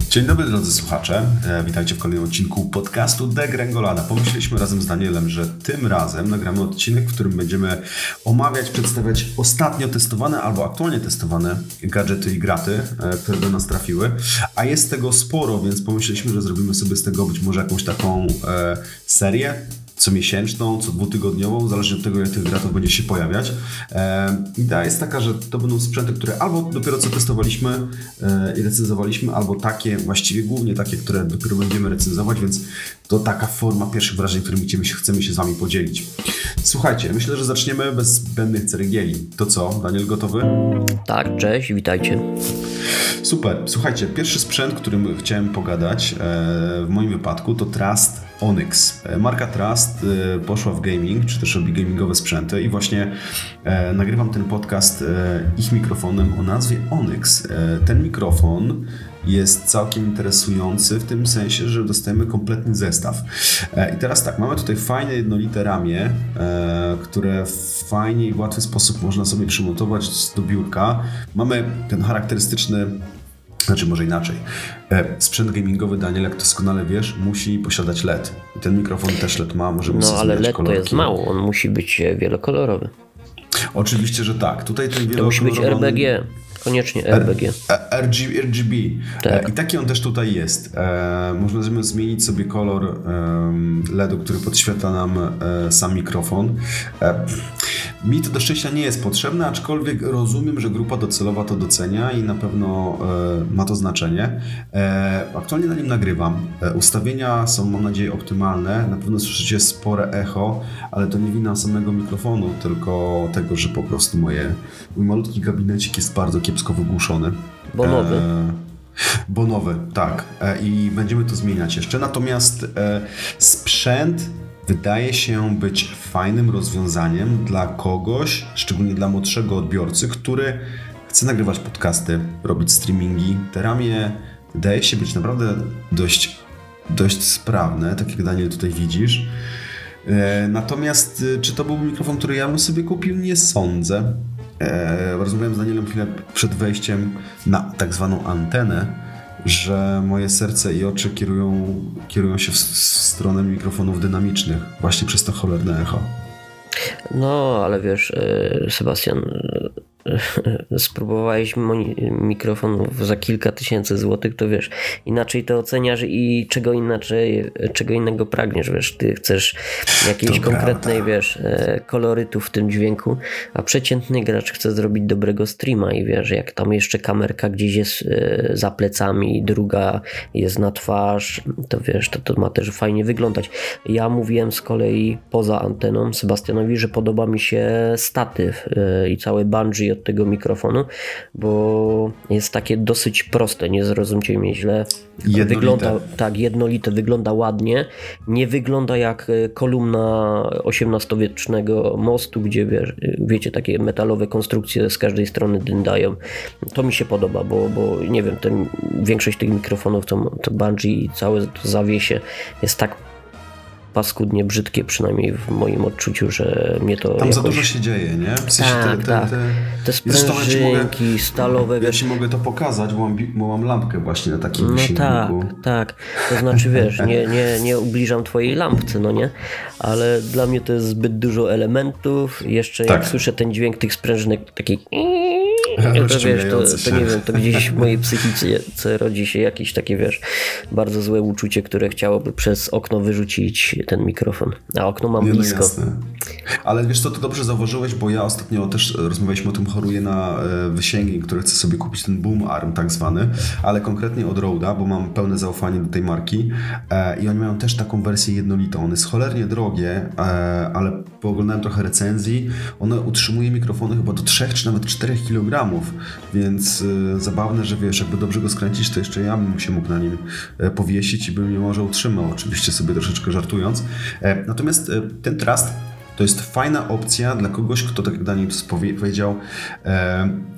Dzień dobry drodzy słuchacze, witajcie w kolejnym odcinku podcastu Degrengolada. Pomyśleliśmy razem z Danielem, że tym razem nagramy odcinek, w którym będziemy omawiać, przedstawiać ostatnio testowane albo aktualnie testowane gadżety i graty, które do nas trafiły. A jest tego sporo, więc pomyśleliśmy, że zrobimy sobie z tego być może jakąś taką serię comiesięczną, co dwutygodniową, zależnie od tego, jak tych gratów będzie się pojawiać. Idea jest taka, że to będą sprzęty, które albo dopiero co testowaliśmy i recenzowaliśmy, albo takie, właściwie głównie takie, które dopiero będziemy recenzować, więc to taka forma pierwszych wrażeń, którymi chcemy się z Wami podzielić. Słuchajcie, myślę, że zaczniemy bez zbędnych ceregieli. To co, Daniel, gotowy? Tak, cześć, witajcie. Super. Słuchajcie, pierwszy sprzęt, którym chciałem pogadać w moim wypadku to Trust Onyx. Marka Trust poszła w gaming, czy też robi gamingowe sprzęty i właśnie nagrywam ten podcast ich mikrofonem o nazwie Onyx. Ten mikrofon jest całkiem interesujący w tym sensie, że dostajemy kompletny zestaw. I teraz tak, mamy tutaj fajne, jednolite ramię, które w fajnie i w łatwy sposób można sobie przymontować do biurka. Mamy ten charakterystyczny, znaczy może inaczej, sprzęt gamingowy, Daniel, jak doskonale wiesz, musi posiadać LED. I ten mikrofon też LED ma, możemy sobie ale LED kolorki. to jest mało, on musi być wielokolorowy. Oczywiście, że tak. Tutaj ten to musi być RBG. Koniecznie RBG. RGB. Tak. I taki on też tutaj jest. Możemy zmienić sobie kolor LEDu, który podświetla nam sam mikrofon. Mi to do szczęścia nie jest potrzebne, aczkolwiek rozumiem, że grupa docelowa to docenia i na pewno ma to znaczenie. Aktualnie na nim nagrywam. Ustawienia są, mam nadzieję, optymalne. Na pewno słyszycie spore echo, ale to nie wina samego mikrofonu, tylko tego, że po prostu mój malutki gabinecik jest bardzo kiepsko wygłuszony. Bo nowy, tak. I będziemy to zmieniać jeszcze. Natomiast sprzęt wydaje się być fajnym rozwiązaniem dla kogoś, szczególnie dla młodszego odbiorcy, który chce nagrywać podcasty, robić streamingi. Te ramię wydaje się być naprawdę dość sprawne, tak jak Daniel tutaj widzisz. Natomiast czy to był mikrofon, który ja bym sobie kupił? Nie sądzę. Rozmawiałem z Danielem chwilę przed wejściem na tak zwaną antenę, że moje serce i oczy kierują się w stronę mikrofonów dynamicznych, właśnie przez to cholerne echo. No, ale wiesz, Sebastian, spróbowałeś mikrofonów za kilka tysięcy złotych, to wiesz, inaczej to oceniasz i czego innego pragniesz, wiesz, ty chcesz jakiejś konkretnej, wiesz, kolorytu w tym dźwięku, a przeciętny gracz chce zrobić dobrego streama i wiesz, jak tam jeszcze kamerka gdzieś jest za plecami, druga jest na twarz, to wiesz, to ma też fajnie wyglądać. Ja mówiłem z kolei poza anteną Sebastianowi, że podoba mi się statyw i całe bungee od tego mikrofonu, bo jest takie dosyć proste, nie zrozumcie mnie źle. Wygląda tak jednolite, wygląda ładnie, nie wygląda jak kolumna XVIII-wiecznego mostu, gdzie wiecie, takie metalowe konstrukcje z każdej strony dyndają. To mi się podoba, bo nie wiem, większość tych mikrofonów to bungee i całe to zawiesie jest tak paskudnie brzydkie, przynajmniej w moim odczuciu, że mnie to tam za dużo się dzieje, nie? W sensie tak. Te sprężynki stalowe. Ja ci mogę to pokazać, bo mam lampkę właśnie na takim silniku. Tak. To znaczy, wiesz, nie ubliżam twojej lampce, no nie? Ale dla mnie to jest zbyt dużo elementów. Jeszcze jak słyszę ten dźwięk tych sprężynek, taki to wiesz, to nie wiem, to gdzieś w mojej psychice rodzi się jakieś takie, wiesz, bardzo złe uczucie, które chciałoby przez okno wyrzucić ten mikrofon. A okno mam blisko. Jasne. Ale wiesz co, to dobrze zauważyłeś, bo ja ostatnio też rozmawialiśmy o tym, choruję na wysięgi, które chcę sobie kupić, ten boom arm tak zwany, ale konkretnie od Rode'a, bo mam pełne zaufanie do tej marki i oni mają też taką wersję jednolitą. One jest cholernie drogie, ale pooglądałem trochę recenzji, one utrzymuje mikrofony chyba do 3 czy nawet 4 kg, więc zabawne, że wiesz, jakby dobrze go skręcić, to jeszcze ja bym się mógł na nim powiesić i bym mnie może utrzymał, oczywiście sobie troszeczkę żartując. Natomiast ten Trust to jest fajna opcja dla kogoś, kto, tak jak Daniel powiedział,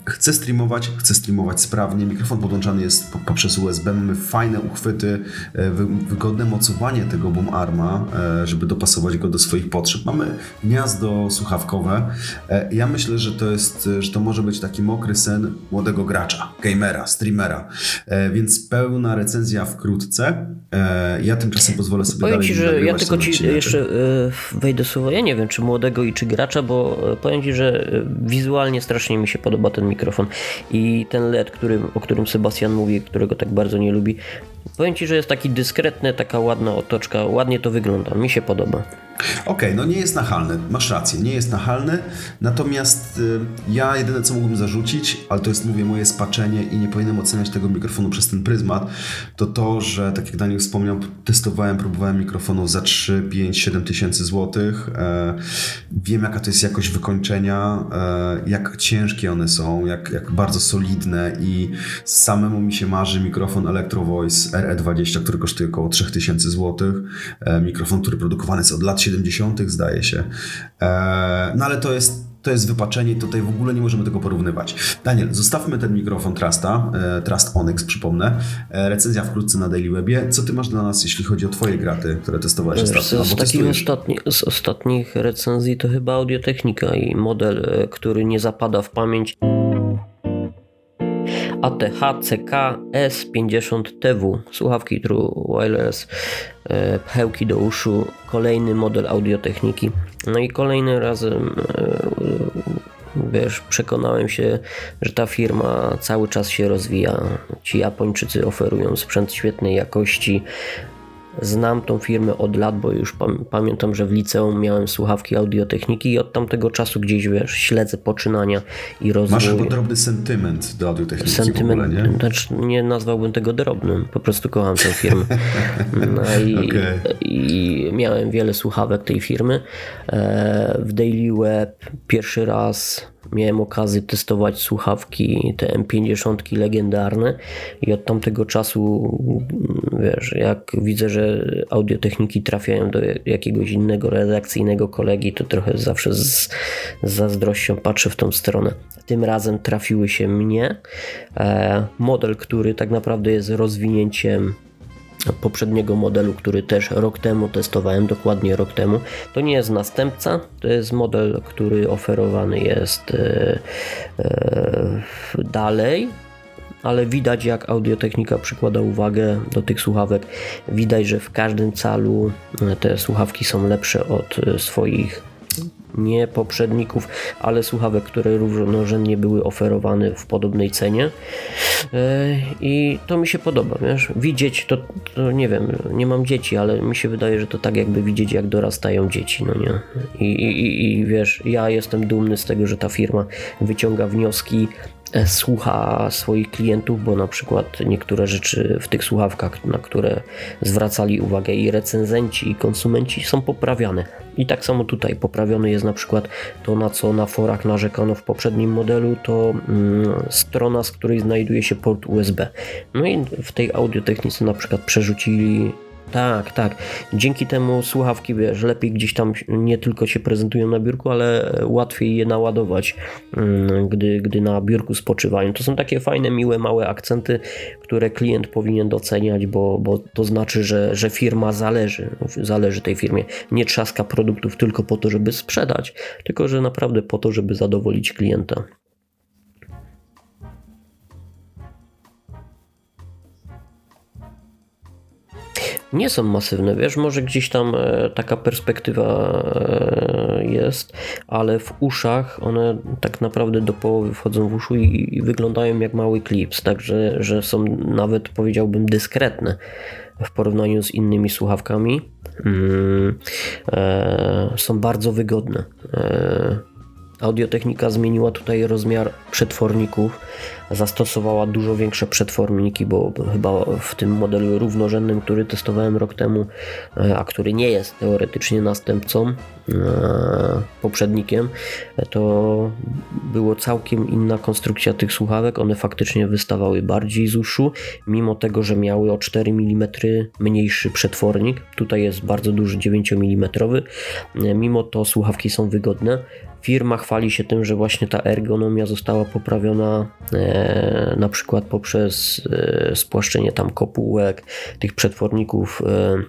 chcę streamować sprawnie. Mikrofon podłączany jest poprzez USB. Mamy fajne uchwyty, wygodne mocowanie tego boom arma, żeby dopasować go do swoich potrzeb. Mamy gniazdo słuchawkowe. Ja myślę, że to może być taki mokry sen młodego gracza, gamera, streamera. Więc pełna recenzja wkrótce. Ja tymczasem pozwolę sobie powiem dalej Ci, że ja tylko Ci odcinek. jeszcze wejdę słowo. Ja nie wiem, czy młodego i czy gracza, bo powiem Ci, że wizualnie strasznie mi się podoba ten mikrofon i ten LED, o którym Sebastian mówi, którego tak bardzo nie lubi. Powiem Ci, że jest taki dyskretny, taka ładna otoczka, ładnie to wygląda, mi się podoba. Okej, no nie jest nachalny, masz rację, nie jest nachalny, natomiast ja jedyne co mógłbym zarzucić, ale to jest, mówię, moje spaczenie i nie powinienem oceniać tego mikrofonu przez ten pryzmat, to, że tak jak Daniel wspomniał, próbowałem mikrofonów za 3, 5, 7 tysięcy złotych, wiem jaka to jest jakość wykończenia, jak ciężkie one są, jak bardzo solidne i samemu mi się marzy mikrofon Electro Voice RE20, który kosztuje około 3000 złotych, mikrofon, który produkowany jest od lat 70. zdaje się. No ale to jest wypaczenie i tutaj w ogóle nie możemy tego porównywać. Daniel, zostawmy ten mikrofon Trusta, Trust Onyx, przypomnę. Recenzja wkrótce na Daily Webie. Co ty masz dla nas, jeśli chodzi o twoje graty, które testowałeś ostatnio? Z ostatnich recenzji to chyba Audio-Technica i model, który nie zapada w pamięć. ATH CK S50TW, słuchawki True Wireless, pchełki do uszu, kolejny model Audio-Techniki. No i kolejnym razem przekonałem się, że ta firma cały czas się rozwija. Ci Japończycy oferują sprzęt świetnej jakości. Znam tą firmę od lat, bo już pamiętam, że w liceum miałem słuchawki Audio-Techniki i od tamtego czasu gdzieś, śledzę poczynania i rozwój. Masz chyba drobny sentyment do Audio-Techniki w ogóle, nie? Znaczy, nie nazwałbym tego drobnym, po prostu kocham tę firmę. No i miałem wiele słuchawek tej firmy. W Daily Web pierwszy raz miałem okazję testować słuchawki, te M50 legendarne i od tamtego czasu, jak widzę, że Audio-Techniki trafiają do jakiegoś innego redakcyjnego kolegi, to trochę zawsze z zazdrością patrzę w tą stronę. Tym razem trafiły się mnie. Model, który tak naprawdę jest rozwinięciem poprzedniego modelu, który też rok temu testowałem, dokładnie rok temu. To nie jest następca, to jest model, który oferowany jest dalej, ale widać, jak Audio-Technika przykłada uwagę do tych słuchawek. Widać, że w każdym calu te słuchawki są lepsze od swoich nie poprzedników, ale słuchawek, które równorzędnie były oferowane w podobnej cenie i to mi się podoba, widzieć to nie wiem, nie mam dzieci, ale mi się wydaje, że to tak jakby widzieć, jak dorastają dzieci, no nie? I ja jestem dumny z tego, że ta firma wyciąga wnioski, słucha swoich klientów, bo na przykład niektóre rzeczy w tych słuchawkach, na które zwracali uwagę i recenzenci, i konsumenci, są poprawiane. I tak samo tutaj poprawiony jest na przykład to, na co na forach narzekano w poprzednim modelu, to strona, z której znajduje się port USB. No i w tej Audio-Technice na przykład przerzucili. Tak. Dzięki temu słuchawki, lepiej gdzieś tam nie tylko się prezentują na biurku, ale łatwiej je naładować, gdy na biurku spoczywają. To są takie fajne, miłe, małe akcenty, które klient powinien doceniać, bo to znaczy, że firma zależy tej firmie. Nie trzaska produktów tylko po to, żeby sprzedać, tylko że naprawdę po to, żeby zadowolić klienta. Nie są masywne, może gdzieś tam taka perspektywa jest, ale w uszach one tak naprawdę do połowy wchodzą w uszu i wyglądają jak mały klips, także że są nawet, powiedziałbym, dyskretne w porównaniu z innymi słuchawkami. Są bardzo wygodne. Audio-Technika zmieniła tutaj rozmiar przetworników, zastosowała dużo większe przetworniki, bo chyba w tym modelu równorzędnym, który testowałem rok temu, a który nie jest teoretycznie następcą, poprzednikiem, to było całkiem inna konstrukcja tych słuchawek. One faktycznie wystawały bardziej z uszu, mimo tego, że miały o 4 mm mniejszy przetwornik. Tutaj jest bardzo duży 9 mm. Mimo to słuchawki są wygodne. Firma chwali się tym, że właśnie ta ergonomia została poprawiona na przykład poprzez spłaszczenie tam kopułek, tych przetworników,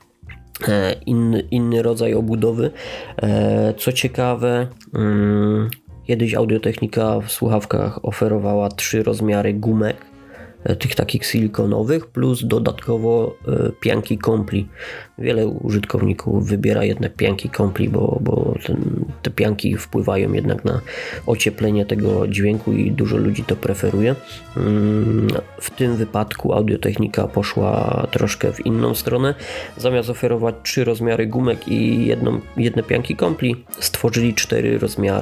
inny rodzaj obudowy. Co ciekawe, kiedyś Audio-Technica w słuchawkach oferowała 3 rozmiary gumek, tych takich silikonowych, plus dodatkowo pianki Kompli. Wiele użytkowników wybiera jednak pianki Kompli, bo te pianki wpływają jednak na ocieplenie tego dźwięku i dużo ludzi to preferuje. W tym wypadku Audio-Technica poszła troszkę w inną stronę. Zamiast oferować 3 rozmiary gumek i jedne pianki Kompli, stworzyli 4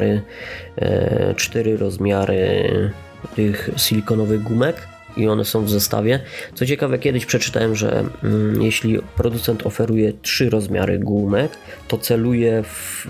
rozmiary tych silikonowych gumek i one są w zestawie. Co ciekawe, kiedyś przeczytałem, że jeśli producent oferuje 3 rozmiary gumek, to celuje w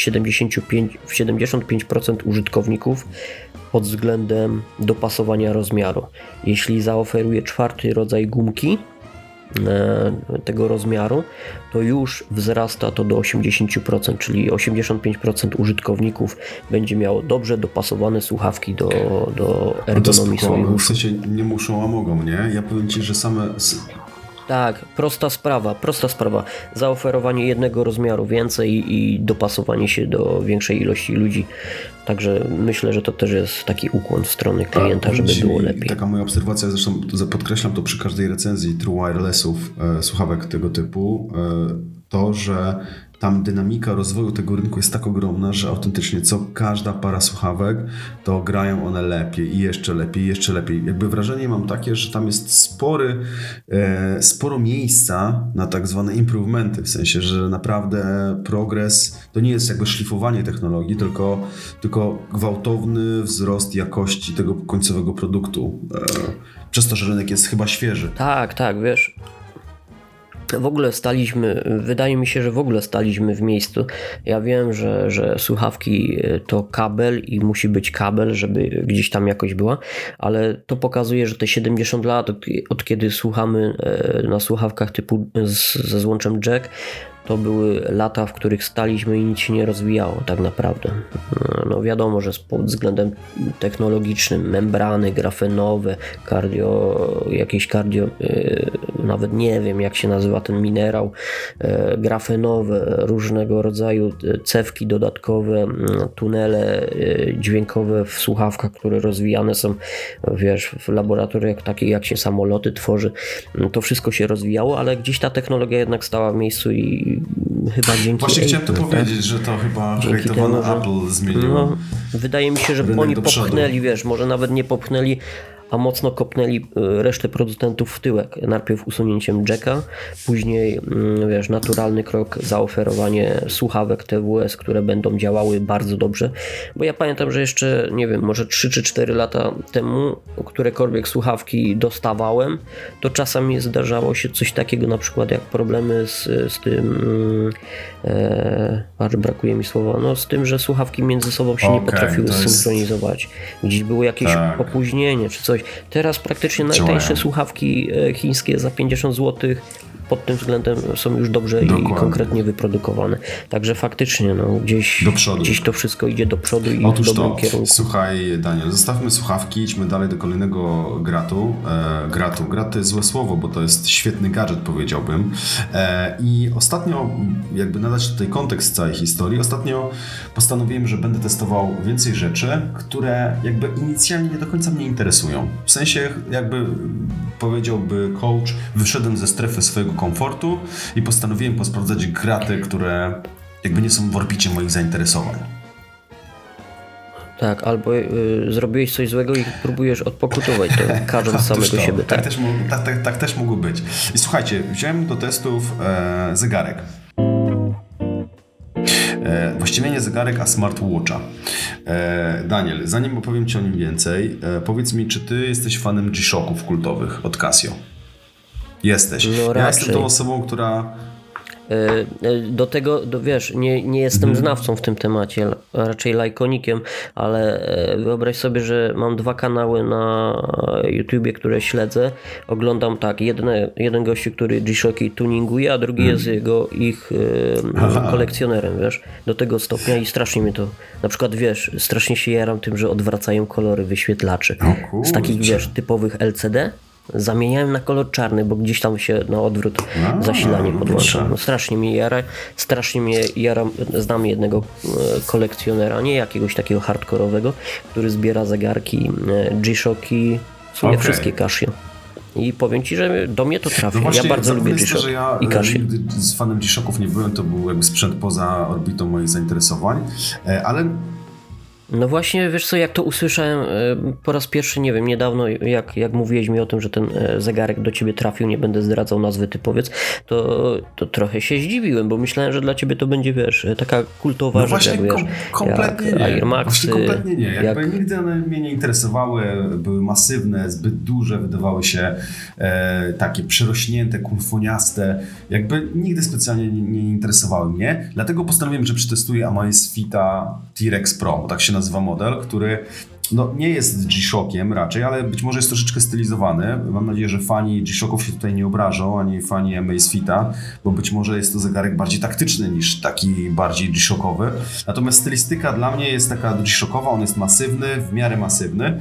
75% użytkowników pod względem dopasowania rozmiaru. Jeśli zaoferuje 4 rodzaj gumki tego rozmiaru, to już wzrasta to do 80%, czyli 85% użytkowników będzie miało dobrze dopasowane słuchawki do ergonomii swoich uszu. W sensie nie muszą, a mogą, nie? Ja powiem Ci, że same... Tak, prosta sprawa. Zaoferowanie jednego rozmiaru więcej i dopasowanie się do większej ilości ludzi. Także myślę, że to też jest taki ukłon w stronę klienta, żeby było lepiej. Taka moja obserwacja, zresztą podkreślam to przy każdej recenzji True Wirelessów, słuchawek tego typu, to, że tam dynamika rozwoju tego rynku jest tak ogromna, że autentycznie każda para słuchawek, to grają one lepiej i jeszcze lepiej. Jakby wrażenie mam takie, że tam jest sporo miejsca na tak zwane improvementy, w sensie, że naprawdę progres to nie jest jakby szlifowanie technologii, tylko gwałtowny wzrost jakości tego końcowego produktu. Przez to, że rynek jest chyba świeży. Tak, wiesz... Wydaje mi się, że w ogóle staliśmy w miejscu. Ja wiem, że słuchawki to kabel i musi być kabel, żeby gdzieś tam jakoś była, ale to pokazuje, że te 70 lat, od kiedy słuchamy na słuchawkach typu ze złączem jack, to były lata, w których staliśmy i nic się nie rozwijało tak naprawdę. No wiadomo, że pod względem technologicznym membrany grafenowe, nawet nie wiem jak się nazywa ten minerał, grafenowe, różnego rodzaju cewki dodatkowe, tunele dźwiękowe w słuchawkach, które rozwijane są, wiesz, w laboratoriach takich jak się samoloty tworzy. To wszystko się rozwijało, ale gdzieś ta technologia jednak stała w miejscu i chyba dzięki Właśnie chciałem to powiedzieć, że to chyba hejtowane Apple zmieniło. No, wydaje mi się, że oni popchnęli, wiesz, może nawet nie popchnęli, a mocno kopnęli resztę producentów w tyłek. Najpierw usunięciem jacka, później, wiesz, naturalny krok, zaoferowanie słuchawek TWS, które będą działały bardzo dobrze. Bo ja pamiętam, że jeszcze, nie wiem, może 3 czy 4 lata temu, którekolwiek słuchawki dostawałem, to czasami zdarzało się coś takiego, na przykład jak problemy z tym, brakuje mi słowa, no z tym, że słuchawki między sobą się nie potrafiły synchronizować. Gdzieś było jakieś opóźnienie czy coś. Teraz praktycznie najtańsze słuchawki chińskie za 50 zł pod tym względem są już dobrze i konkretnie wyprodukowane. Także faktycznie gdzieś to wszystko idzie do przodu i w dobrym kierunku. Słuchaj Daniel, zostawmy słuchawki, idźmy dalej do kolejnego gratu. Grat to jest złe słowo, bo to jest świetny gadżet, powiedziałbym. I ostatnio, jakby nadać tutaj kontekst całej historii, ostatnio postanowiłem, że będę testował więcej rzeczy, które jakby inicjalnie nie do końca mnie interesują. W sensie jakby powiedziałby coach, wyszedłem ze strefy swojego komfortu i postanowiłem posprawdzać graty, które jakby nie są w orbicie moich zainteresowań. Tak, albo zrobiłeś coś złego i próbujesz odpokutować to, każąc samego siebie. Tak też mogło być. I słuchajcie, wziąłem do testów zegarek. Właściwie nie zegarek, a smartwatcha. Daniel, zanim opowiem Ci o nim więcej, powiedz mi, czy Ty jesteś fanem G-Shocków kultowych od Casio? Jesteś. No, ja jestem tą osobą, która Do tego, wiesz, nie jestem znawcą w tym temacie, raczej lajkonikiem, ale wyobraź sobie, że mam 2 kanały na YouTubie, które śledzę. Oglądam tak, jeden gościu, który G-Shocki tuninguje, a drugi jest ich kolekcjonerem, wiesz, do tego stopnia i strasznie mnie to, na przykład, wiesz, strasznie się jaram tym, że odwracają kolory wyświetlaczy. Z takich, wiesz, typowych LCD zamieniałem na kolor czarny, bo gdzieś tam się na odwrót zasilanie podłącza. No strasznie mnie jara, znam jednego kolekcjonera, nie jakiegoś takiego hardkorowego, który zbiera zegarki G-Shocki, w sumie wszystkie Casio. I powiem ci, że do mnie to trafi. No ja bardzo lubię G-Shock i Casio. Nigdy z fanem G-Shocków nie byłem, to był jakby sprzęt poza orbitą moich zainteresowań, ale no właśnie, wiesz co, jak to usłyszałem po raz pierwszy, nie wiem, niedawno, jak mówiłeś mi o tym, że ten zegarek do ciebie trafił, nie będę zdradzał nazwy, ty powiedz, to trochę się zdziwiłem, bo myślałem, że dla ciebie to będzie, wiesz, taka kultowa rzecz, jak, wiesz, kompletnie jak Air Maxy. Właśnie kompletnie nie. Jakby nigdy one mnie nie interesowały, były masywne, zbyt duże, wydawały się takie przerośnięte, kulfoniaste, jakby nigdy specjalnie nie interesowały mnie, dlatego postanowiłem, że przetestuję Amazfita T-Rex Pro, bo tak się nazywa model, który no, nie jest G-Shockiem raczej, ale być może jest troszeczkę stylizowany. Mam nadzieję, że fani G-Shocków się tutaj nie obrażą, ani fani Amazfita, bo być może jest to zegarek bardziej taktyczny niż taki bardziej G-Shockowy. Natomiast stylistyka dla mnie jest taka G-Shockowa, on jest masywny, w miarę masywny.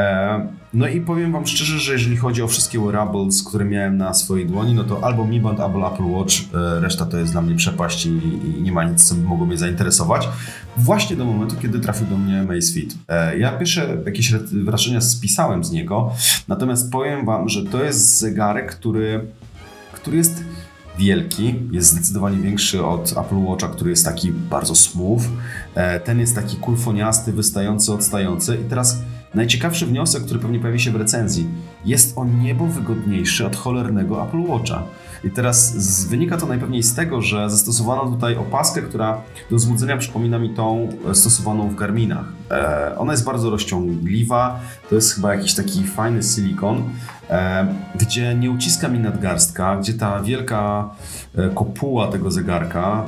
No i powiem wam szczerze, że jeżeli chodzi o wszystkie wearables, które miałem na swojej dłoni, no to albo Mi Band, albo Apple Watch, reszta to jest dla mnie przepaść i nie ma nic, co by mogło mnie zainteresować. Właśnie do momentu, kiedy trafił do mnie Amazfit. Ja pierwsze jakieś wrażenia spisałem z niego, natomiast powiem wam, że to jest zegarek, który jest wielki, jest zdecydowanie większy od Apple Watcha, który jest taki bardzo smooth. Ten jest taki kulfoniasty, wystający, odstający. I teraz najciekawszy wniosek, który pewnie pojawi się w recenzji. Jest on niebo wygodniejszy od cholernego Apple Watcha. I teraz wynika to najpewniej z tego, że zastosowano tutaj opaskę, która do złudzenia przypomina mi tą stosowaną w Garminach. Ona jest bardzo rozciągliwa, to jest chyba jakiś taki fajny silikon, gdzie nie uciska mi nadgarstka, gdzie ta wielka kopuła tego zegarka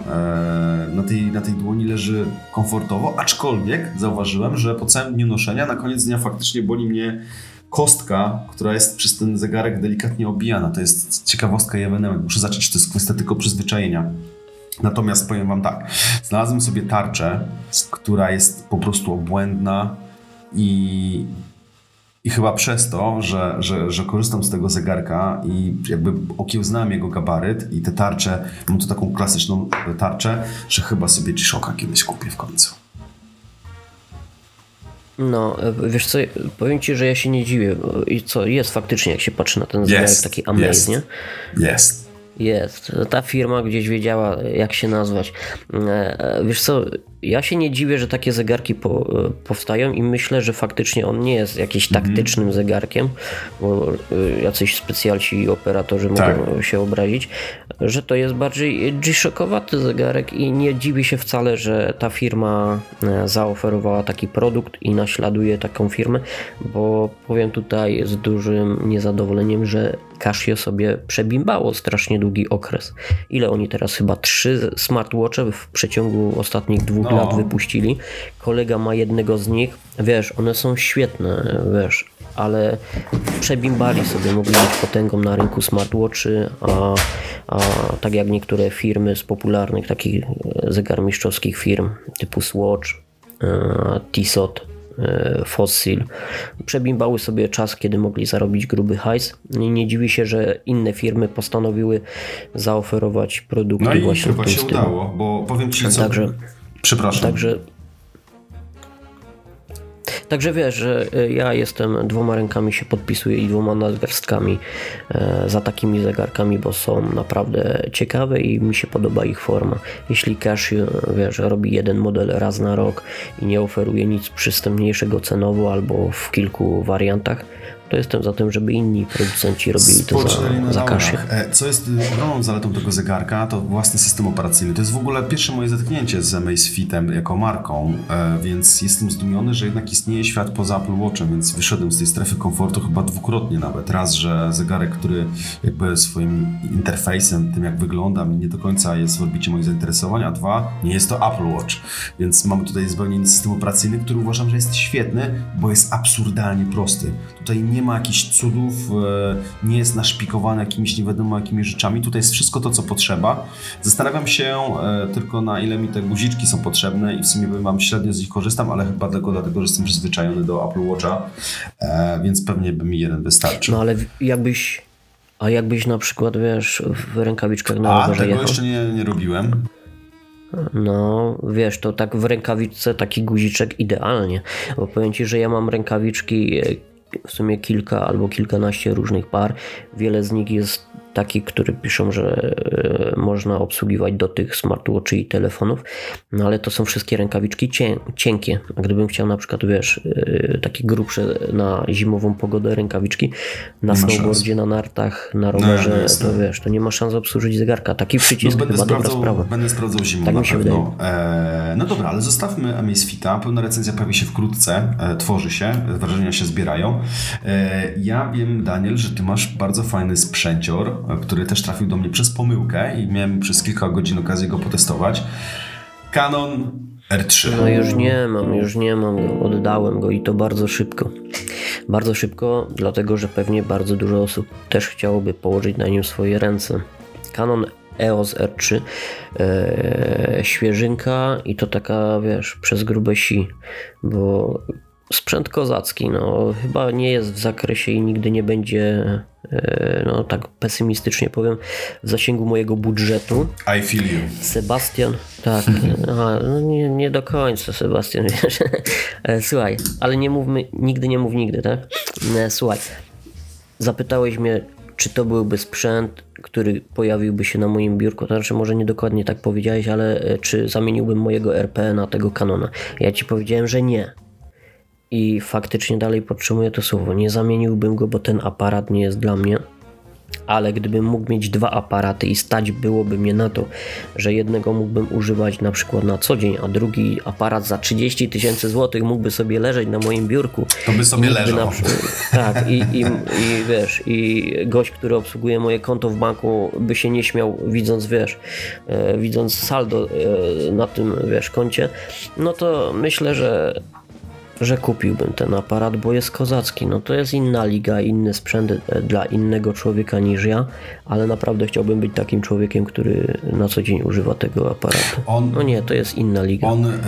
na tej dłoni leży komfortowo, aczkolwiek zauważyłem, że po całym dniu noszenia na koniec dnia faktycznie boli mnie kostka, która jest przez ten zegarek delikatnie obijana. To jest ciekawostka i ewenement. Muszę zacząć, to jest kwestia tylko przyzwyczajenia. Natomiast powiem wam tak, znalazłem sobie tarczę, która jest po prostu obłędna i chyba przez to, że korzystam z tego zegarka i jakby okiełznałem jego gabaryt i te tarcze, mam tu taką klasyczną tarczę, że chyba sobie G-Shocka kiedyś kupię w końcu. No, wiesz co, powiem ci, że ja się nie dziwię. I co, jest faktycznie, jak się patrzy na ten zegarek, taki Amaze, nie? Jest. Ta firma gdzieś wiedziała, jak się nazwać. Wiesz co, ja się nie dziwię, że takie zegarki powstają i myślę, że faktycznie on nie jest jakimś taktycznym zegarkiem, bo jacyś specjalci i operatorzy mogą się obrazić, że to jest bardziej G-Shockowaty zegarek i nie dziwi się wcale, że ta firma zaoferowała taki produkt i naśladuje taką firmę, bo powiem tutaj z dużym niezadowoleniem, że Casio sobie przebimbało strasznie długi okres. Ile oni teraz? Chyba 3 smartwatche w przeciągu ostatnich 2 lat wypuścili. Kolega ma jednego z nich. Wiesz, one są świetne, wiesz, ale przebimbali sobie, mogli być potęgą na rynku smartwatchy, a tak jak niektóre firmy z popularnych takich zegarmistrzowskich firm typu Swatch, Tissot, Fossil, przebimbały sobie czas, kiedy mogli zarobić gruby hajs. Nie dziwi się, że inne firmy postanowiły zaoferować produkty właśnie w tym stylu. No i chyba się udało, bo powiem ci co... Przepraszam. Także wiesz, że ja jestem 2 rękami się podpisuję i 2 nadgarstkami za takimi zegarkami, bo są naprawdę ciekawe i mi się podoba ich forma. Jeśli Casio, wiesz, robi jeden model raz na rok i nie oferuje nic przystępniejszego cenowo albo w kilku wariantach, to jestem za tym, żeby inni producenci robili to za kasę. Co jest ogromną zaletą tego zegarka, to własny system operacyjny. To jest w ogóle pierwsze moje zetknięcie z Amazfitem jako marką, więc jestem zdumiony, że jednak istnieje świat poza Apple Watchem, więc wyszedłem z tej strefy komfortu chyba dwukrotnie nawet. Raz, że zegarek, który jakby swoim interfejsem, tym jak wygląda, nie do końca jest w orbicie moich zainteresowań, a dwa, nie jest to Apple Watch. Więc mamy tutaj zupełnie inny system operacyjny, który uważam, że jest świetny, bo jest absurdalnie prosty. Tutaj nie ma jakichś cudów, nie jest naszpikowany jakimiś nie wiadomo jakimi rzeczami. Tutaj jest wszystko to, co potrzeba. Zastanawiam się tylko, na ile mi te guziczki są potrzebne i w sumie mam średnio z nich korzystam, ale chyba dlatego, że jestem przyzwyczajony do Apple Watcha, więc pewnie by mi jeden wystarczył. No ale jakbyś na przykład, wiesz, w rękawiczkach na rowerze tego jechał? jeszcze nie robiłem. No, wiesz, to tak w rękawiczce taki guziczek idealnie, bo powiem Ci, że ja mam rękawiczki w sumie kilka albo kilkanaście różnych par. Wiele z nich jest takich, które piszą, że można obsługiwać do tych smartwatchy i telefonów, no ale to są wszystkie rękawiczki cienkie. A gdybym chciał na przykład, wiesz, takie grubsze na zimową pogodę rękawiczki, na snowboardzie, na nartach, na rowerze, to wiesz, to nie ma szans obsłużyć zegarka. Taki przycisk chyba dobra sprawa. Będę sprawdzał zimą tak na pewno. No dobra, ale zostawmy Amazfita. Pełna recenzja pojawi się wkrótce, tworzy się, wrażenia się zbierają. Ja wiem, Daniel, że ty masz bardzo fajny sprzęcior, który też trafił do mnie przez pomyłkę i miałem przez kilka godzin okazję go potestować. Canon R3. No już nie mam go, oddałem go i to bardzo szybko. Bardzo szybko, dlatego że pewnie bardzo dużo osób też chciałoby położyć na nim swoje ręce. Canon EOS R3, świeżynka i to taka, wiesz, przez grube si, bo sprzęt kozacki, no chyba nie jest w zakresie i nigdy nie będzie, no tak pesymistycznie powiem, w zasięgu mojego budżetu. I feel you. Sebastian, tak, no nie do końca Sebastian, wiesz. Słuchaj, ale nigdy nie mów nigdy, tak? Słuchaj, zapytałeś mnie, czy to byłby sprzęt, który pojawiłby się na moim biurku, to znaczy może nie dokładnie tak powiedziałeś, ale czy zamieniłbym mojego RP na tego Canona. Ja ci powiedziałem, że nie. I faktycznie dalej podtrzymuję to słowo. Nie zamieniłbym go, bo ten aparat nie jest dla mnie. Ale gdybym mógł mieć dwa aparaty i stać byłoby mnie na to, że jednego mógłbym używać na przykład na co dzień, a drugi aparat za 30 000 złotych mógłby sobie leżeć na moim biurku. To by sobie leżał. Tak, i wiesz, i gość, który obsługuje moje konto w banku by się nie śmiał, widząc, wiesz, widząc saldo na tym, wiesz, koncie, no to myślę, że kupiłbym ten aparat, bo jest kozacki. No to jest inna liga, inny sprzęt dla innego człowieka niż ja, ale naprawdę chciałbym być takim człowiekiem, który na co dzień używa tego aparatu. No nie, to jest inna liga.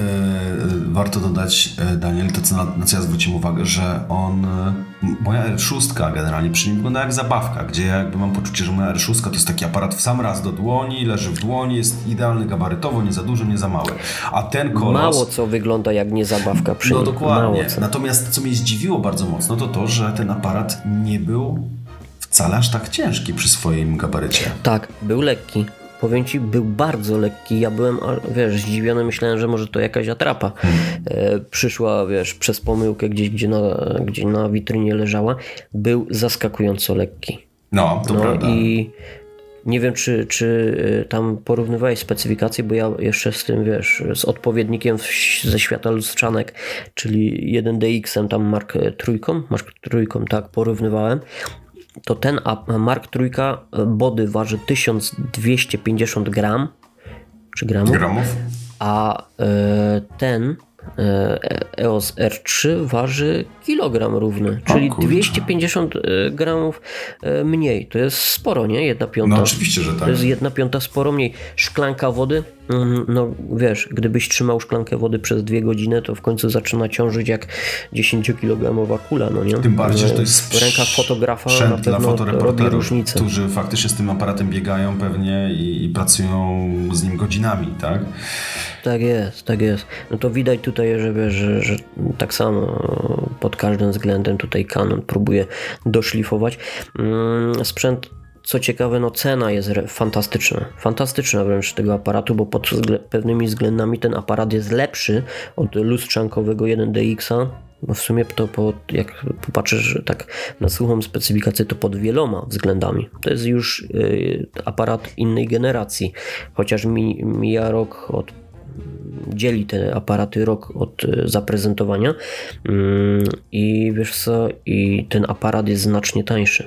Warto dodać, Daniel, to na co ja zwróciłem uwagę, że moja R6 generalnie przy nim wygląda jak zabawka, gdzie ja jakby mam poczucie, że moja R6 to jest taki aparat w sam raz do dłoni, leży w dłoni, jest idealny gabarytowo, nie za duży, nie za mały. A ten kolos... Mało co wygląda jak nie zabawka przy nim. No dokładnie. Natomiast co mnie zdziwiło bardzo mocno, to, że ten aparat nie był wcale aż tak ciężki przy swoim gabarycie. Tak, był lekki. Powiem Ci, był bardzo lekki. Ja byłem, wiesz, zdziwiony, myślałem, że może to jakaś atrapa. Przyszła, wiesz, przez pomyłkę gdzie na witrynie leżała. Był zaskakująco lekki. No, to prawda. I nie wiem, czy tam porównywałeś specyfikacje, bo ja jeszcze z tym, wiesz, z odpowiednikiem ze świata lustrzanek, czyli 1DX-em tam Mark trójką, tak, porównywałem. To ten Mark trójka body waży 1250 gram, czy gramów? A ten EOS R3 waży kilogram równy, czyli 250 gramów mniej. To jest sporo, nie? 1/5. No oczywiście, że tak. To jest 1/5 sporo mniej. Szklanka wody, no wiesz, gdybyś trzymał szklankę wody przez 2 godziny, to w końcu zaczyna ciążyć jak 10-kilogramowa kula, no nie? Tym bardziej, że to jest w rękach fotografa na pewno robi różnicę. Którzy faktycznie z tym aparatem biegają pewnie i pracują z nim godzinami, tak? Tak jest. No to widać tutaj, że tak samo pod każdym względem tutaj Canon próbuje doszlifować. Sprzęt co ciekawe, no cena jest fantastyczna wręcz tego aparatu, bo pod pewnymi względami ten aparat jest lepszy od lustrzankowego 1DX-a. Bo w sumie to jak popatrzysz tak na suchą specyfikację, to pod wieloma względami. To jest już aparat innej generacji, chociaż mija rok dzieli te aparaty rok od zaprezentowania i wiesz co, i ten aparat jest znacznie tańszy.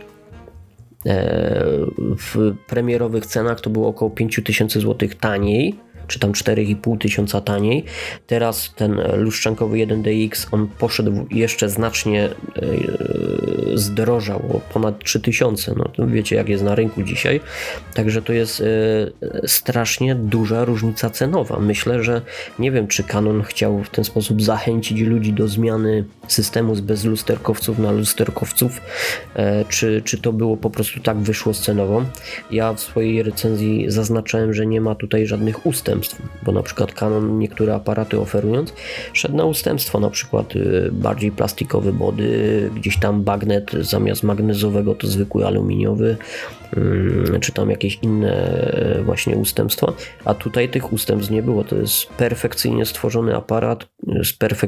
W premierowych cenach to było około 5000 zł taniej, czy tam 4500 taniej. Teraz ten lustrzankowy 1DX, on poszedł jeszcze znacznie zdrożał o ponad 3000, no to wiecie jak jest na rynku dzisiaj, także to jest strasznie duża różnica cenowa. Myślę, że nie wiem, czy Canon chciał w ten sposób zachęcić ludzi do zmiany systemu z bezlusterkowców na lusterkowców, czy to było po prostu tak wyszło z cenową. Ja w swojej recenzji zaznaczałem, że nie ma tutaj żadnych ustępstw, bo na przykład Canon niektóre aparaty oferując szedł na ustępstwo, na przykład bardziej plastikowy body, gdzieś tam bagnet zamiast magnezowego to zwykły aluminiowy, czy tam jakieś inne właśnie ustępstwa, a tutaj tych ustępstw nie było. To jest perfekcyjnie stworzony aparat z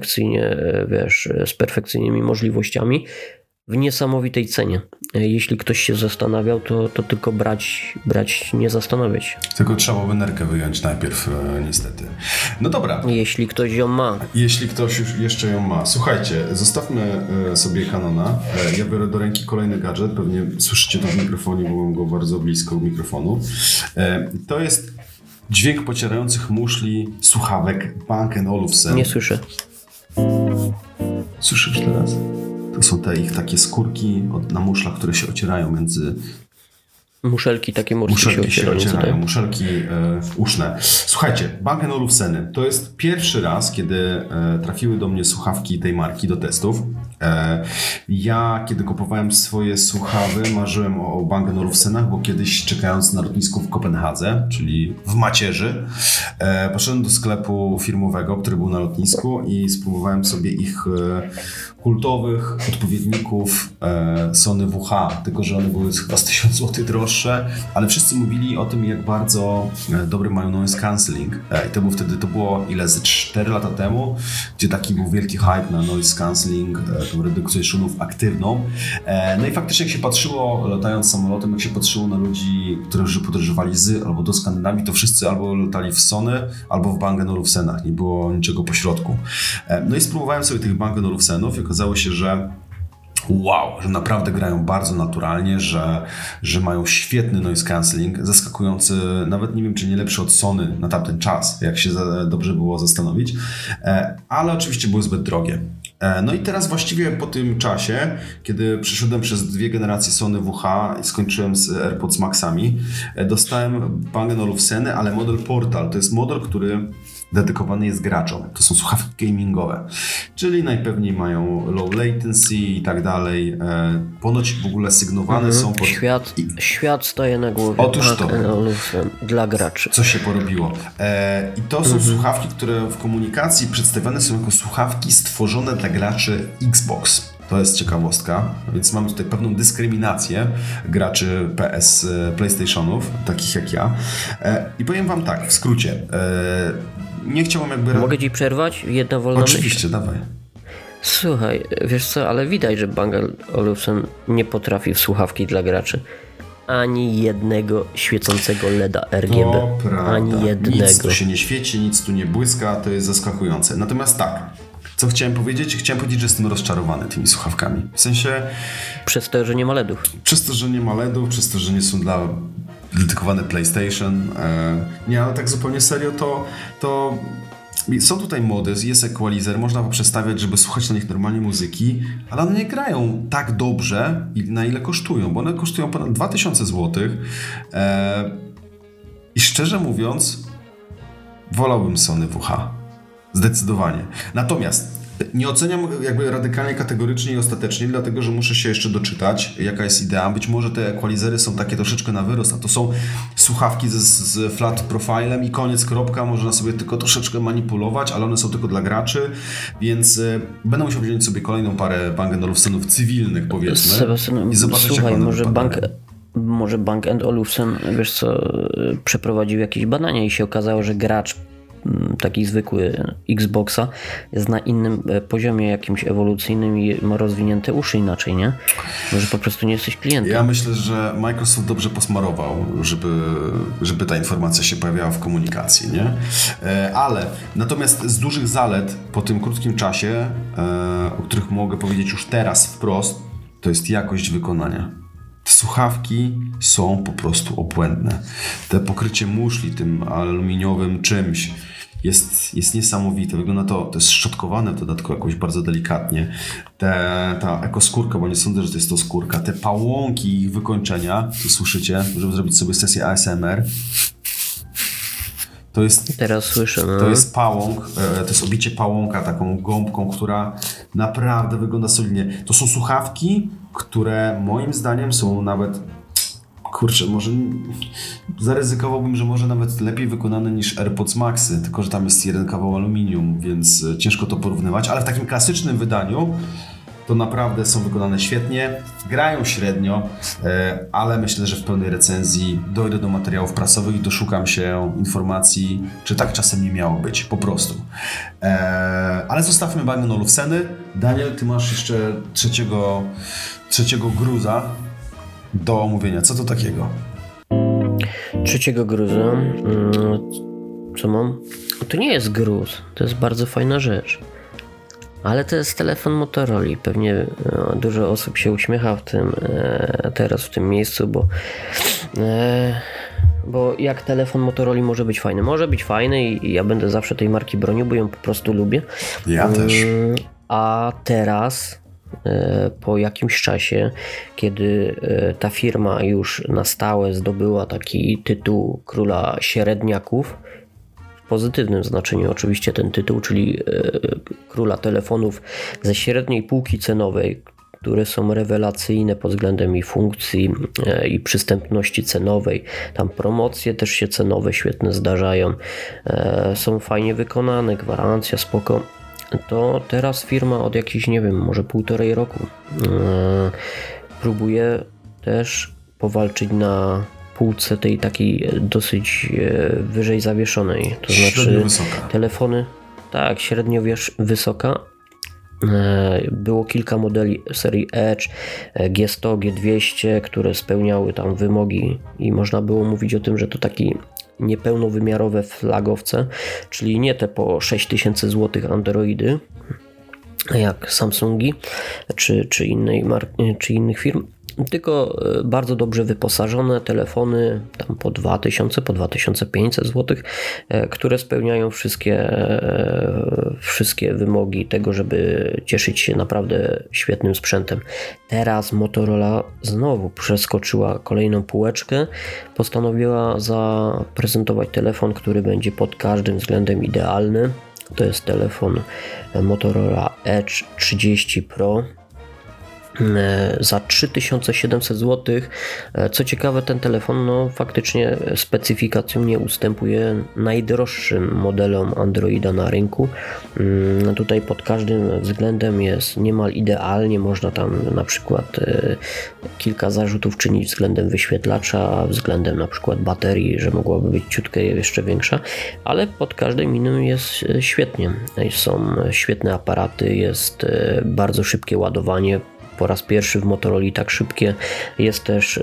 perfekcyjnymi możliwościami w niesamowitej cenie. Jeśli ktoś się zastanawiał, to tylko brać, nie zastanawiać się. Tylko trzeba by nerkę wyjąć najpierw, niestety. No dobra. Jeśli ktoś ją ma. Jeśli ktoś już jeszcze ją ma. Słuchajcie, zostawmy sobie Canona. Ja biorę do ręki kolejny gadżet. Pewnie słyszycie to w mikrofonie, bo mam go bardzo blisko mikrofonu. To jest dźwięk pocierających muszli słuchawek Bang & Olufsen. Nie słyszę. Słyszysz teraz? To są te ich takie skórki na muszlach, które się ocierają między... Muszelki takie morskie się ocierają, muszelki uszne. Słuchajcie, Bang & Olufseny. To jest pierwszy raz, kiedy trafiły do mnie słuchawki tej marki do testów. Ja, kiedy kupowałem swoje słuchawy, marzyłem o Bang & Olufsenach, bo kiedyś czekając na lotnisku w Kopenhadze, czyli w macierzy, poszedłem do sklepu firmowego, który był na lotnisku i spróbowałem sobie ich kultowych odpowiedników Sony WH, tylko że one były chyba z 1000 zł droższe, ale wszyscy mówili o tym, jak bardzo dobry mają noise cancelling. I to było ile, ze 4 lata temu, gdzie taki był wielki hype na noise cancelling, tą redukcję szumów aktywną. No i faktycznie jak się patrzyło, latając samolotem, jak się patrzyło na ludzi, którzy podróżowali albo do Skandynawii, to wszyscy albo latali w Sony, albo w Bang & Olufsenach. Nie było niczego pośrodku. No i spróbowałem sobie tych Bang & Olufsenów i okazało się, że że naprawdę grają bardzo naturalnie, że mają świetny noise cancelling, zaskakujący, nawet nie wiem, czy nie lepszy od Sony na tamten czas, jak się dobrze było zastanowić, ale oczywiście były zbyt drogie. No i teraz właściwie po tym czasie, kiedy przeszedłem przez 2 generacje Sony WH i skończyłem z AirPods Maxami, dostałem Bang & Olufseny, ale model Portal. To jest model, który dedykowany jest graczom. To są słuchawki gamingowe, czyli najpewniej mają low latency i tak dalej. Ponoć w ogóle sygnowane są pod... Świat staje na głowie. Otóż to. Dla graczy. Co się porobiło. I to są słuchawki, które w komunikacji przedstawiane są jako słuchawki stworzone dla graczy Xbox. To jest ciekawostka, więc mamy tutaj pewną dyskryminację graczy PlayStationów, takich jak ja. I powiem wam tak, w skrócie. Nie chciałbym jakby... Mogę ci przerwać? Jedna wolna myśl? Oczywiście, dawaj. Słuchaj, wiesz co, ale widać, że Bang & Olufsen nie potrafi w słuchawki dla graczy. Ani jednego świecącego LEDa RGB. To prawda. Ani jednego. Nic tu się nie świeci, nic tu nie błyska, to jest zaskakujące. Natomiast tak, co chciałem powiedzieć? Chciałem powiedzieć, że jestem rozczarowany tymi słuchawkami. W sensie... Przez to, że nie ma LEDów. Przez to, że nie ma LEDów, przez to, że nie są dedykowane PlayStation. Nie, ale tak zupełnie serio, to są tutaj mody, jest equalizer, można poprzestawiać, żeby słuchać na nich normalnie muzyki, ale one nie grają tak dobrze, na ile kosztują, bo one kosztują ponad 2000 zł. I szczerze mówiąc, wolałbym Sony WH. Zdecydowanie. Natomiast nie oceniam jakby radykalnie, kategorycznie i ostatecznie, dlatego że muszę się jeszcze doczytać, jaka jest idea. Być może te equalizery są takie troszeczkę na wyrost, a to są słuchawki z flat profilem i koniec, kropka. Można sobie tylko troszeczkę manipulować, ale one są tylko dla graczy, więc będę musiał wziąć sobie kolejną parę Bang & Olufsenów cywilnych, powiedzmy. Sebastian, i zobaczyć, słuchaj, jak one może wypadają. może Bang & Olufsen, wiesz co, przeprowadził jakieś badania i się okazało, że gracz taki zwykły Xboxa jest na innym poziomie jakimś ewolucyjnym i ma rozwinięte uszy inaczej, nie? Może po prostu nie jesteś klientem. Ja myślę, że Microsoft dobrze posmarował, żeby ta informacja się pojawiała w komunikacji, nie? Ale natomiast z dużych zalet po tym krótkim czasie, o których mogę powiedzieć już teraz wprost, to jest jakość wykonania. Te słuchawki są po prostu obłędne. Te pokrycie muszli tym aluminiowym czymś jest niesamowite. Wygląda to jest szczotkowane w dodatku jakoś bardzo delikatnie. Ta ekoskórka, bo nie sądzę, że to jest to skórka. Te pałąki ich wykończenia, tu słyszycie, żeby zrobić sobie sesję ASMR. Teraz słyszę, no. To jest pałąk, to jest obicie pałąka taką gąbką, która naprawdę wygląda solidnie. To są słuchawki, które moim zdaniem są nawet, może zaryzykowałbym, że może nawet lepiej wykonane niż AirPods Maxy, tylko że tam jest jeden kawał aluminium, więc ciężko to porównywać, ale w takim klasycznym wydaniu to naprawdę są wykonane świetnie, grają średnio, ale myślę, że w pełnej recenzji dojdę do materiałów prasowych i doszukam się informacji, czy tak czasem nie miało być, po prostu. Ale zostawmy Bang & Olufseny. Daniel, ty masz jeszcze trzeciego gruza do omówienia. Co to takiego? Trzeciego gruza? Co mam? To nie jest gruz, to jest bardzo fajna rzecz. Ale to jest telefon Motorola. Pewnie dużo osób się uśmiecha teraz w tym miejscu, bo jak telefon Motorola może być fajny? Może być fajny i ja będę zawsze tej marki bronił, bo ją po prostu lubię. Ja też. A teraz po jakimś czasie, kiedy ta firma już na stałe zdobyła taki tytuł króla średniaków, w pozytywnym znaczeniu oczywiście ten tytuł, czyli króla telefonów ze średniej półki cenowej, które są rewelacyjne pod względem i funkcji i przystępności cenowej. Tam promocje też się cenowe świetne zdarzają, są fajnie wykonane, gwarancja spoko. To teraz firma od jakichś, nie wiem, może 1,5 roku próbuje też powalczyć na półce tej takiej dosyć wyżej zawieszonej. To znaczy telefony, tak, średnio wysoka. Było kilka modeli serii Edge, G100, G200, które spełniały tam wymogi i można było mówić o tym, że to taki niepełnowymiarowe flagowce, czyli nie te po 6000 zł Androidy, jak Samsungi czy innych firm, tylko bardzo dobrze wyposażone telefony tam po 2000, po 2500 zł, które spełniają wszystkie wymogi tego, żeby cieszyć się naprawdę świetnym sprzętem. Teraz Motorola znowu przeskoczyła kolejną półeczkę, postanowiła zaprezentować telefon, który będzie pod każdym względem idealny. To jest telefon Motorola Edge 30 Pro za 3700 zł. Co ciekawe, ten telefon faktycznie specyfikacją nie ustępuje najdroższym modelom Androida na rynku. Tutaj pod każdym względem jest niemal idealnie. Można tam na przykład kilka zarzutów czynić względem wyświetlacza, względem na przykład baterii, że mogłaby być ciutkę jeszcze większa, ale pod każdym innym jest świetnie. Są świetne aparaty, jest bardzo szybkie ładowanie. Po raz pierwszy w Motorola tak szybkie. Jest też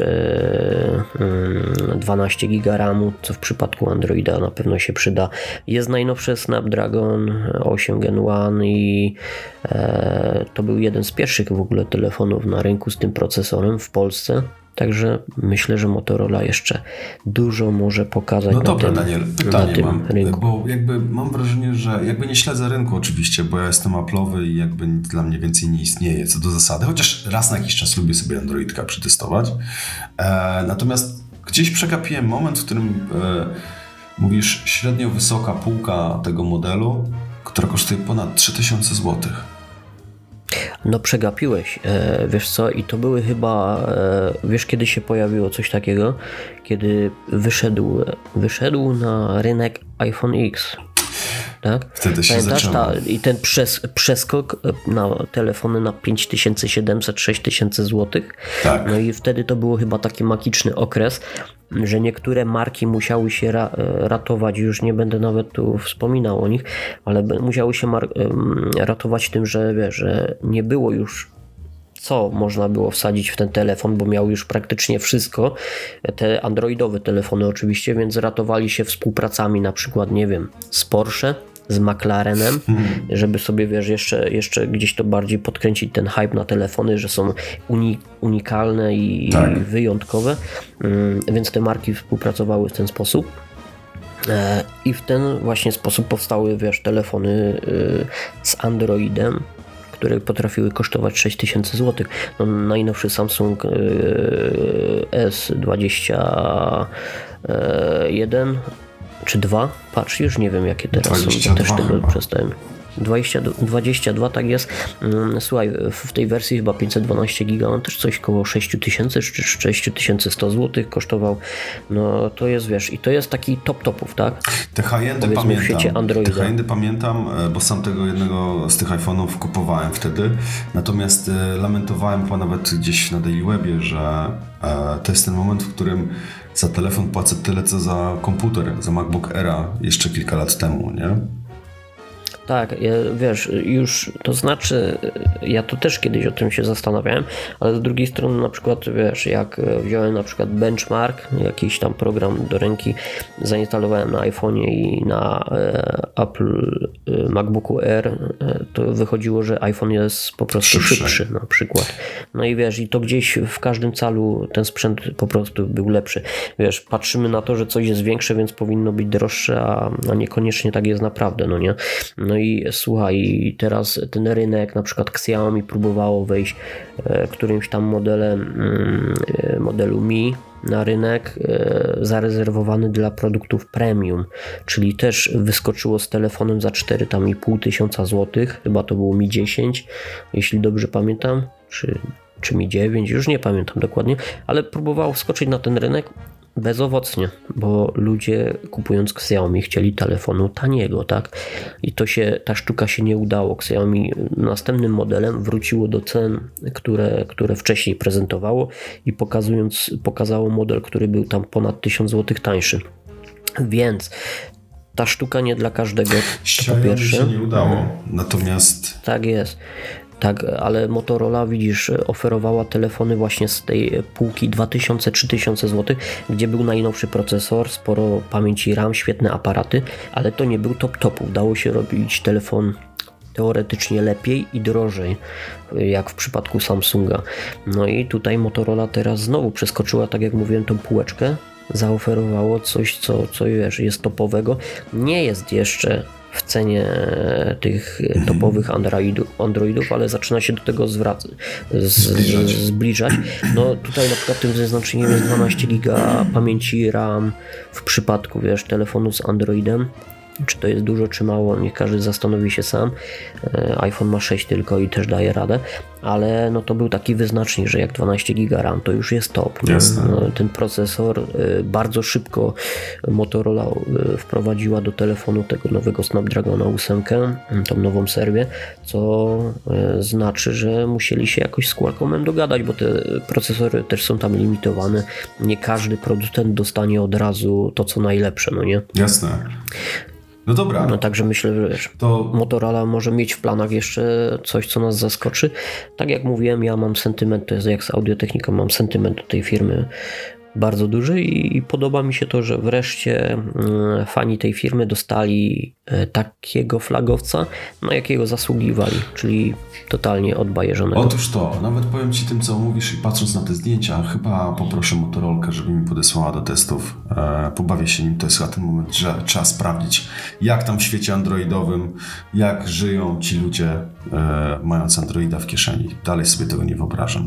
12 GB RAMu, co w przypadku Androida na pewno się przyda. Jest najnowszy Snapdragon 8 Gen 1 i to był jeden z pierwszych w ogóle telefonów na rynku z tym procesorem w Polsce. Także myślę, że Motorola jeszcze dużo może pokazać Daniel, pytanie mam, rynku. Bo jakby mam wrażenie, że jakby nie śledzę rynku oczywiście, bo ja jestem Apple'owy i jakby dla mnie więcej nie istnieje co do zasady, chociaż raz na jakiś czas lubię sobie Androidka przetestować. Natomiast gdzieś przegapiłem moment, w którym mówisz średnio wysoka półka tego modelu, która kosztuje ponad 3000 zł. No przegapiłeś, wiesz co, i to były chyba, wiesz kiedy się pojawiło coś takiego, kiedy wyszedł na rynek iPhone X. tak? Wtedy się zaczęło. I ten przeskok na telefony na 5700-6000 zł. Tak. No i wtedy to było chyba taki magiczny okres, że niektóre marki musiały się ratować, już nie będę nawet tu wspominał o nich, ale musiały się ratować tym, że wiesz, że nie było już co można było wsadzić w ten telefon, bo miał już praktycznie wszystko, te androidowe telefony oczywiście, więc ratowali się współpracami, na przykład, nie wiem, z Porsche, z McLarenem, żeby sobie, wiesz, jeszcze gdzieś to bardziej podkręcić ten hype na telefony, że są unikalne i wyjątkowe, więc te marki współpracowały w ten sposób. I w ten właśnie sposób powstały, wiesz, telefony z Androidem, które potrafiły kosztować 6000 zł. No, najnowszy Samsung S21 czy 2, patrz, już nie wiem jakie teraz 22 są, też tego chyba. przestałem. 22, tak jest. Słuchaj, w tej wersji chyba 512 giga, on też coś koło 6000 czy 6100 zł kosztował. No to jest, wiesz, i to jest taki topów, tak? Te high-endy pamiętam, bo sam tego jednego z tych iPhone'ów kupowałem wtedy, natomiast lamentowałem chyba nawet gdzieś na Daily Webie, że to jest ten moment, w którym za telefon płacę tyle, co za komputer, za MacBook Aira jeszcze kilka lat temu, nie? Tak, wiesz, już to znaczy, ja to też kiedyś o tym się zastanawiałem, ale z drugiej strony na przykład, wiesz, jak wziąłem na przykład Benchmark, jakiś tam program do ręki, zainstalowałem na iPhone'ie i na Apple MacBooku Air, to wychodziło, że iPhone jest po prostu szybszy na przykład. No i wiesz, i to gdzieś w każdym calu ten sprzęt po prostu był lepszy. Wiesz, patrzymy na to, że coś jest większe, więc powinno być droższe, a niekoniecznie tak jest naprawdę, no nie? No i słuchaj, teraz ten rynek, na przykład Xiaomi próbowało wejść którymś tam modelu Mi na rynek zarezerwowany dla produktów premium, czyli też wyskoczyło z telefonem za 4500 zł, chyba to było Mi 10, jeśli dobrze pamiętam, czy Mi 9, już nie pamiętam dokładnie, ale próbowało wskoczyć na ten rynek bezowocnie, bo ludzie kupując Xiaomi chcieli telefonu taniego, tak? I ta sztuka się nie udało. Xiaomi następnym modelem wróciło do cen, które wcześniej prezentowało i pokazało model, który był tam ponad 1000 zł tańszy. Więc ta sztuka nie dla każdego. To po pierwsze się nie udało, natomiast... Tak jest. Tak, ale Motorola, widzisz, oferowała telefony właśnie z tej półki 2000-3000 zł, gdzie był najnowszy procesor, sporo pamięci RAM, świetne aparaty, ale to nie był topów. Dało się robić telefon teoretycznie lepiej i drożej, jak w przypadku Samsunga. No i tutaj Motorola teraz znowu przeskoczyła, tak jak mówiłem, tą półeczkę, zaoferowało coś, co wiesz, jest topowego. Nie jest jeszcze w cenie tych topowych Androidów, ale zaczyna się do tego zbliżać. No tutaj na przykład tym wyznaczeniem jest 12 giga pamięci RAM w przypadku, wiesz, telefonu z Androidem. Czy to jest dużo, czy mało, niech każdy zastanowi się sam. iPhone ma 6 tylko i też daje radę, ale no to był taki wyznacznik, że jak 12 giga RAM to już jest top. No, ten procesor bardzo szybko Motorola wprowadziła do telefonu tego nowego Snapdragona 8, tą nową serię, co znaczy, że musieli się jakoś z Qualcommem dogadać, bo te procesory też są tam limitowane. Nie każdy producent dostanie od razu to, co najlepsze, no nie? Jasne. No dobra. No także myślę, że wiesz, Motorola może mieć w planach jeszcze coś, co nas zaskoczy. Tak jak mówiłem, ja mam sentyment, to jest jak z Audio-Techniką, mam sentyment do tej firmy bardzo duży i podoba mi się to, że wreszcie fani tej firmy dostali takiego flagowca, na jakiego zasługiwali, czyli totalnie odbajeżonego. Otóż to, nawet powiem Ci tym, co mówisz i patrząc na te zdjęcia, chyba poproszę Motorolkę, żeby mi podesłała do testów. Pobawię się nim, to jest chyba ten moment, że trzeba sprawdzić, jak tam w świecie androidowym, jak żyją ci ludzie mając Androida w kieszeni. Dalej sobie tego nie wyobrażam,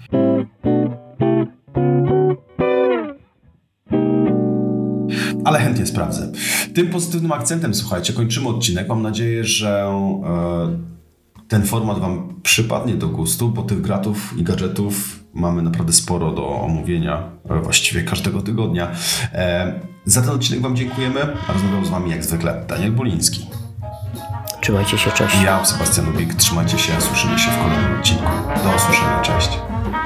ale chętnie sprawdzę. Tym pozytywnym akcentem, słuchajcie, kończymy odcinek. Mam nadzieję, że ten format Wam przypadnie do gustu, bo tych gratów i gadżetów mamy naprawdę sporo do omówienia właściwie każdego tygodnia. Za ten odcinek Wam dziękujemy, a rozmawiał z Wami jak zwykle Daniel Boliński. Trzymajcie się, cześć. Ja, Sebastian Lubik, trzymajcie się, słyszymy się w kolejnym odcinku. Do usłyszenia, cześć.